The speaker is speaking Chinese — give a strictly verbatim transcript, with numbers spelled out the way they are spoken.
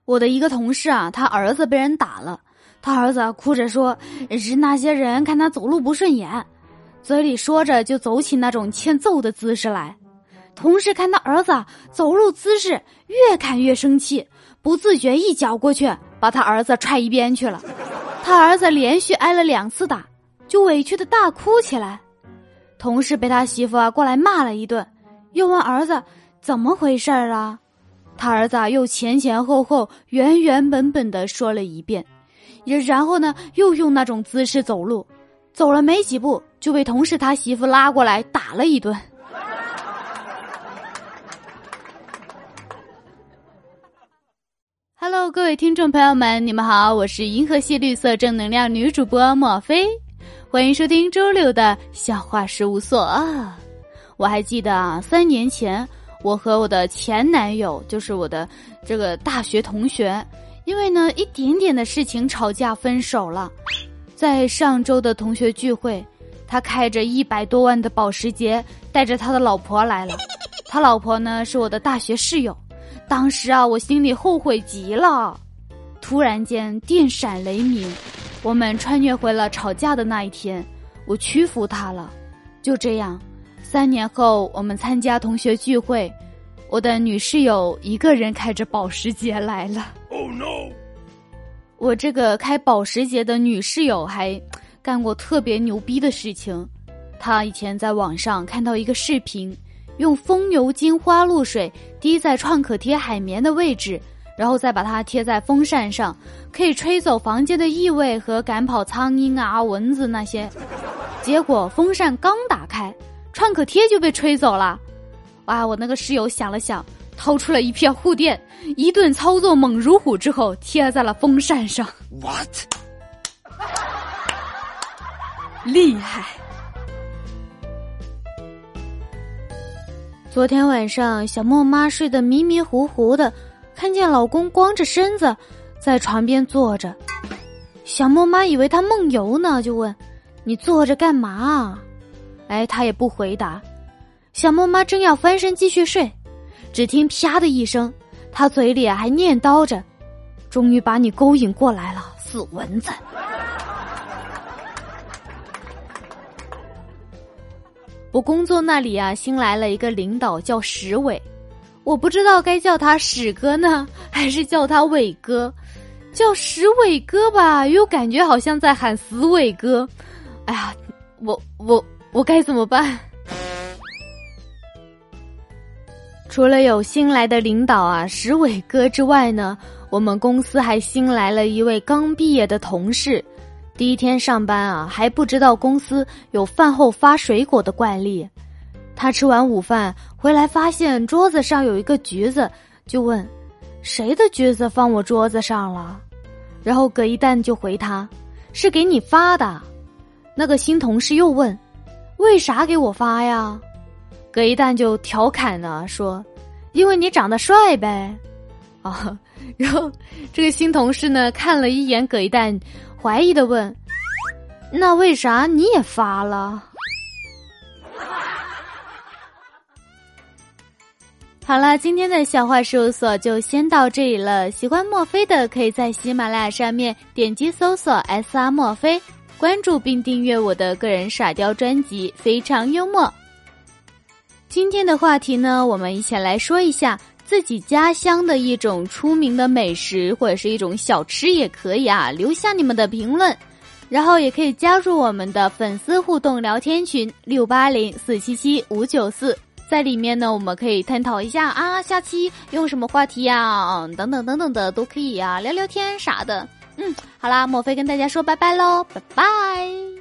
我的一个同事啊，他儿子被人打了，他儿子哭着说是那些人看他走路不顺眼，嘴里说着就走起那种欠揍的姿势来。同事看他儿子走路姿势越看越生气，不自觉一脚过去把他儿子踹一边去了。他儿子连续挨了两次打，就委屈的大哭起来。同事被他媳妇啊过来骂了一顿，又问儿子怎么回事啊？他儿子又前前后后原原本本的说了一遍，然后呢又用那种姿势走路，走了没几步就被同事他媳妇拉过来打了一顿。Hello， 各位听众朋友们，你们好，我是银河系绿色正能量女主播莫菲，欢迎收听周六的笑话事务所啊！我还记得啊，三年前我和我的前男友，就是我的这个大学同学，因为呢一点点的事情吵架分手了。在上周的同学聚会，他开着一百多万的保时捷，带着他的老婆来了。他老婆呢是我的大学室友。当时啊，我心里后悔极了。突然间电闪雷鸣，我们穿越回了吵架的那一天，我屈服他了。就这样，三年后我们参加同学聚会，我的女室友一个人开着保时捷来了。Oh no！ 我这个开保时捷的女室友还干过特别牛逼的事情。她以前在网上看到一个视频，用风油精花露水滴在创可贴海绵的位置，然后再把它贴在风扇上，可以吹走房间的异味和赶跑苍蝇啊、蚊子那些。结果风扇刚打开，创可贴就被吹走了。哇，我那个室友想了想，掏出了一片护垫，一顿操作猛如虎之后贴在了风扇上。 What？ 厉害！昨天晚上小莫妈睡得迷迷糊糊的，看见老公光着身子在床边坐着。小莫妈以为他梦游呢，就问你坐着干嘛？哎，他也不回答。小莫妈正要翻身继续睡，只听啪的一声，他嘴里还念叨着，终于把你勾引过来了，死蚊子。我工作那里啊，新来了一个领导叫史伟，我不知道该叫他史哥呢，还是叫他伟哥。叫史伟哥吧，又感觉好像在喊死伟哥。哎呀，我我我该怎么办？除了有新来的领导啊，史伟哥之外呢，我们公司还新来了一位刚毕业的同事。第一天上班啊，还不知道公司有饭后发水果的惯例。他吃完午饭回来，发现桌子上有一个橘子，就问谁的橘子放我桌子上了？然后葛一蛋就回他，是给你发的。那个新同事又问，为啥给我发呀？葛一蛋就调侃呢说，因为你长得帅呗。啊，然后这个新同事呢看了一眼葛一蛋，怀疑的问，那为啥你也发了？好了，今天的笑话事务所就先到这里了。喜欢墨菲的可以在喜马拉雅上面点击搜索 S R 墨菲，关注并订阅我的个人傻雕专辑非常幽默。今天的话题呢，我们一起来说一下自己家乡的一种出名的美食，或者是一种小吃也可以啊，留下你们的评论，然后也可以加入我们的粉丝互动聊天群六八零四七七五九四，在里面呢我们可以探讨一下啊，下期用什么话题呀、嗯、等等等等的都可以啊，聊聊天啥的。嗯，好啦，莫非跟大家说拜拜咯，拜拜。